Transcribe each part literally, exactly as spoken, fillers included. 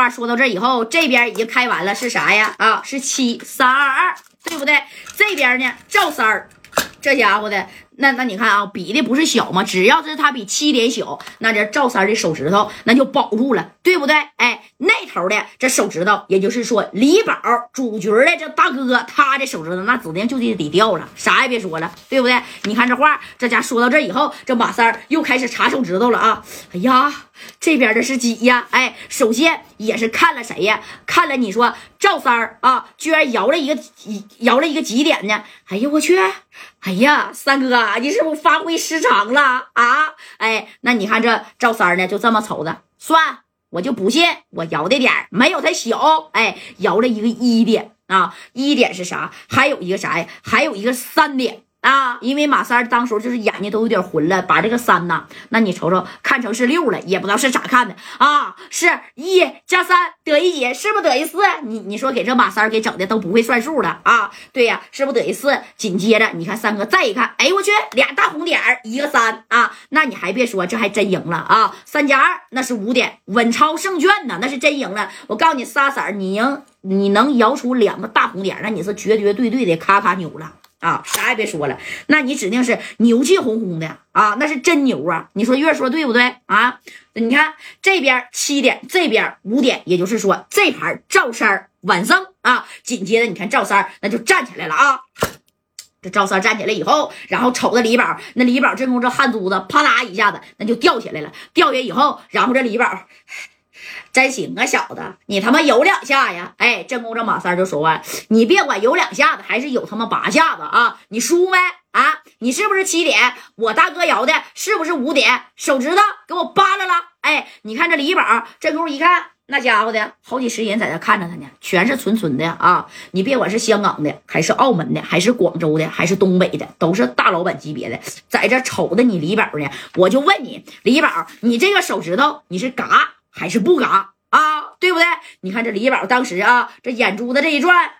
话说到这以后，这边已经开完了，是啥呀？啊，是七三二二，对不对？这边呢，赵三儿，这家伙的，那那你看啊，比的不是小吗？只要是他比七点小，那这赵三儿的手指头那就保住了，对不对？哎，那头的这手指头，也就是说李宝主角的这大哥，他的手指头那指定就得得掉了，啥也别说了，对不对？你看这话，这家说到这以后，这马三儿又开始查手指头了啊！哎呀，这边的是几呀？哎，首先也是看了谁呀？看了你说赵三儿啊，居然摇了一个摇了一个几点呢？哎呀，我去！哎呀，三哥，你是不是发挥失常了啊？哎，那你看这赵三儿呢，就这么瞅着，算我就不信我摇的点没有他小。哎，摇了一个一点啊，一点是啥？还有一个啥呀？还有一个三点。啊，因为马三儿当时就是眼睛都有点昏了，把这个三呐，那你瞅瞅看成是六了，也不知道是咋看的啊，是一加三得一几，是不是得一四？你你说给这马三儿给整的都不会算数了啊？对呀，是不是得一四？紧接着你看三哥再一看，哎我去，俩大红点儿，一个三啊，那你还别说，这还真赢了啊！三加二那是五点，稳超胜券呢，那是真赢了。我告诉你，仨色儿你赢，你能摇出两个大红点，那你是绝绝对对的咔咔牛了。啊，啥也别说了，那你指定是牛气哄哄的啊，那是真牛啊！你说月说对不对啊？你看这边七点，这边五点，也就是说这盘赵三儿完胜啊。紧接着你看赵三儿那就站起来了啊。这赵三站起来以后，然后瞅着李宝，那李宝正宫这汗珠子啪啦一下子那就掉起来了，掉下以后，然后这李宝。真行啊，小子，你他妈有两下呀！哎，正宫这马三就说完，你别管有两下子还是有他妈八下子啊！你输没啊？你是不是七点？我大哥摇的是不是五点？手指头给我扒拉了！哎，你看这李宝，正宫一看，那家伙的好几十人在这看着他呢，全是纯纯的啊！你别管是香港的，还是澳门的，还是广州的，还是东北的，都是大老板级别的，在这瞅着你李宝呢。我就问你，李宝，你这个手指头你是嘎还是不嘎啊？对不对？你看这李宝当时啊，这眼珠子这一转，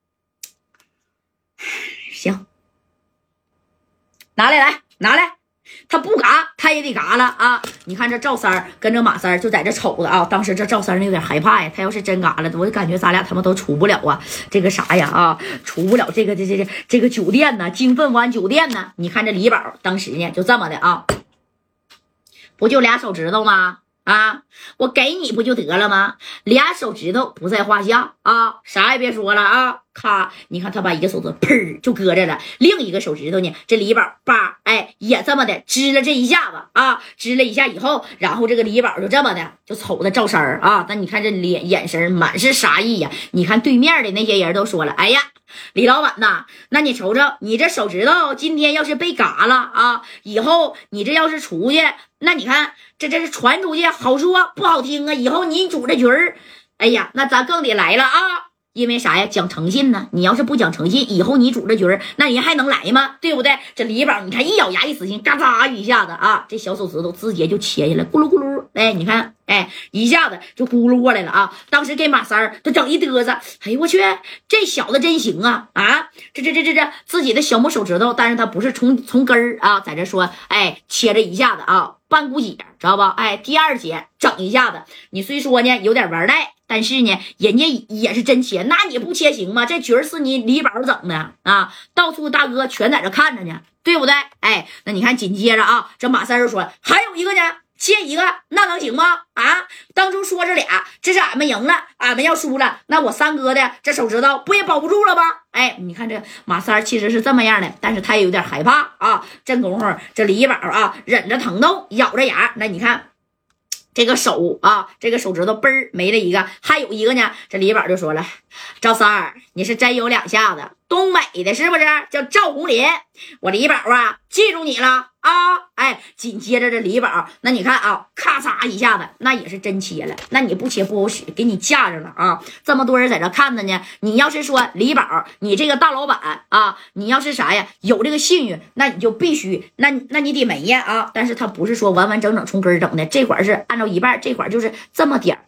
行，拿来来拿来，他不嘎他也得嘎了啊！你看这赵三儿跟着马三儿就在这瞅着啊，当时这赵三儿有点害怕呀，他要是真嘎了，我就感觉咱俩他妈都出不了啊，这个啥呀啊，出不了这个这这这这个酒店呢，金凤湾酒店呢。你看这李宝当时呢就这么的啊，不就俩手指头吗？啊，我给你不就得了吗？俩手指头不在话下啊，啥也别说了啊！咔，你看他把一个手指砰就搁着了，另一个手指头呢，这李宝叭哎也这么的支了这一下子啊，支了一下以后，然后这个李宝就这么的就瞅着赵三儿啊，那你看这脸眼神满是杀意呀！你看对面的那些人都说了，哎呀。李老板呐，那你瞅瞅，你这手指头今天要是被嘎了啊，以后你这要是出去，那你看这这是传出去，好说不好听啊。以后你组这局儿，哎呀，那咱更得来了啊！因为啥呀？讲诚信呢。你要是不讲诚信，以后你组这局儿，那人还能来吗？对不对？这李宝，你看一咬牙一死心，嘎嚓一下子啊，这小手指头直接就切下来，咕噜咕噜，哎，你看。哎，一下子就咕噜过来了啊！当时给马三儿都整一嘚瑟，哎呦我去，这小子真行啊！啊，这这这这这自己的小拇手指头，但是他不是从从根儿啊，在这说，哎，切着一下子啊，半股节，知道吧？哎，第二节整一下子，你虽说呢有点玩赖，但是呢，人家也是真切，那你不切行吗？这局儿是你李宝整的啊，到处大哥全在这看着呢，对不对？哎，那你看紧接着啊，这马三就说还有一个呢。切一个那能行吗？啊，当初说这俩，这是俺们赢了，俺们要输了，那我三哥的这手指头不也保不住了吗？哎，你看这马三其实是这么样的，但是他也有点害怕啊。正功夫这李宝啊，忍着疼痛，咬着牙，那你看这个手啊，这个手指头嘣儿没了一个，还有一个呢。这李宝就说了，赵三儿，你是真有两下子，东北的是不是？叫赵红林，我李宝啊，记住你了。啊，哎，紧接着这李宝，那你看啊，咔嚓一下子，那也是真切了。那你不切不好使，给你架着了啊！这么多人在这看着呢，你要是说李宝，你这个大老板啊，你要是啥呀，有这个信誉，那你就必须，那那你得没呀啊！但是他不是说完完整整从根儿整的，这会儿是按照一半，这会儿就是这么点儿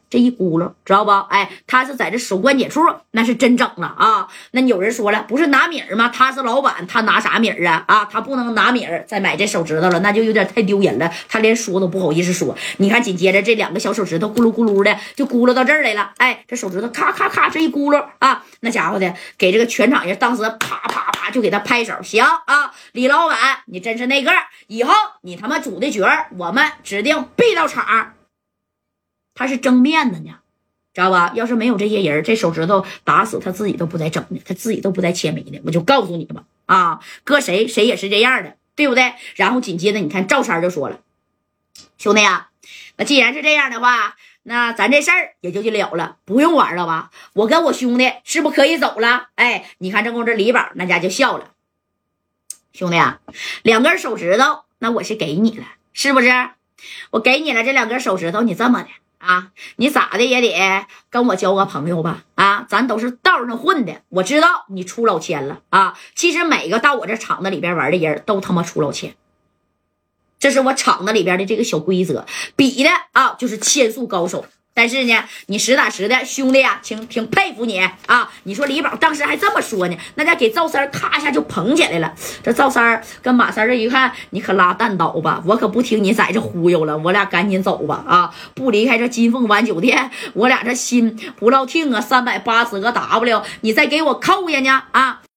这一轱辘，知道不？哎，他是在这手关节处，那是真整了啊！那有人说了，不是拿米儿吗？他是老板，他拿啥米儿啊？啊，他不能拿米儿再买这手指头了，那就有点太丢人了。他连说都不好意思说。你看，紧接着这两个小手指头咕噜咕噜的就咕噜到这儿来了。哎，这手指头咔咔咔这一咕噜啊，那家伙的给这个全场人当时啪啪啪就给他拍手。行啊，李老板，你真是那个，以后你他妈主的角儿，我们指定必到场。他是争面的呢，知道吧？要是没有这些人，这手指头打死他自己都不带整的，他自己都不带切眉的。我就告诉你吧，啊，搁谁谁也是这样的，对不对？然后紧接着你看赵三就说了，兄弟啊，那既然是这样的话，那咱这事儿也就就了了，不用玩了吧？我跟我兄弟是不是可以走了？哎，你看这公这李宝那家就笑了，兄弟啊，两根手指头，那我是给你了，是不是？我给你了这两根手指头，你这么的。啊，你咋的也得跟我交个朋友吧？啊，咱都是道上混的，我知道你出老千了啊。其实每个到我这厂子里边玩的人都他妈出老千，这是我厂子里边的这个小规则，比的啊就是千术高手。但是呢，你实打实的兄弟啊，挺挺佩服你啊！你说李宝当时还这么说呢，那家给赵三咔一下就捧起来了。这赵三跟马三这一看，你可拉蛋倒吧，我可不听你在这忽悠了，我俩赶紧走吧啊！不离开这金凤湾酒店，我俩这心不落听啊，三百八十个 W， 你再给我扣下呢啊！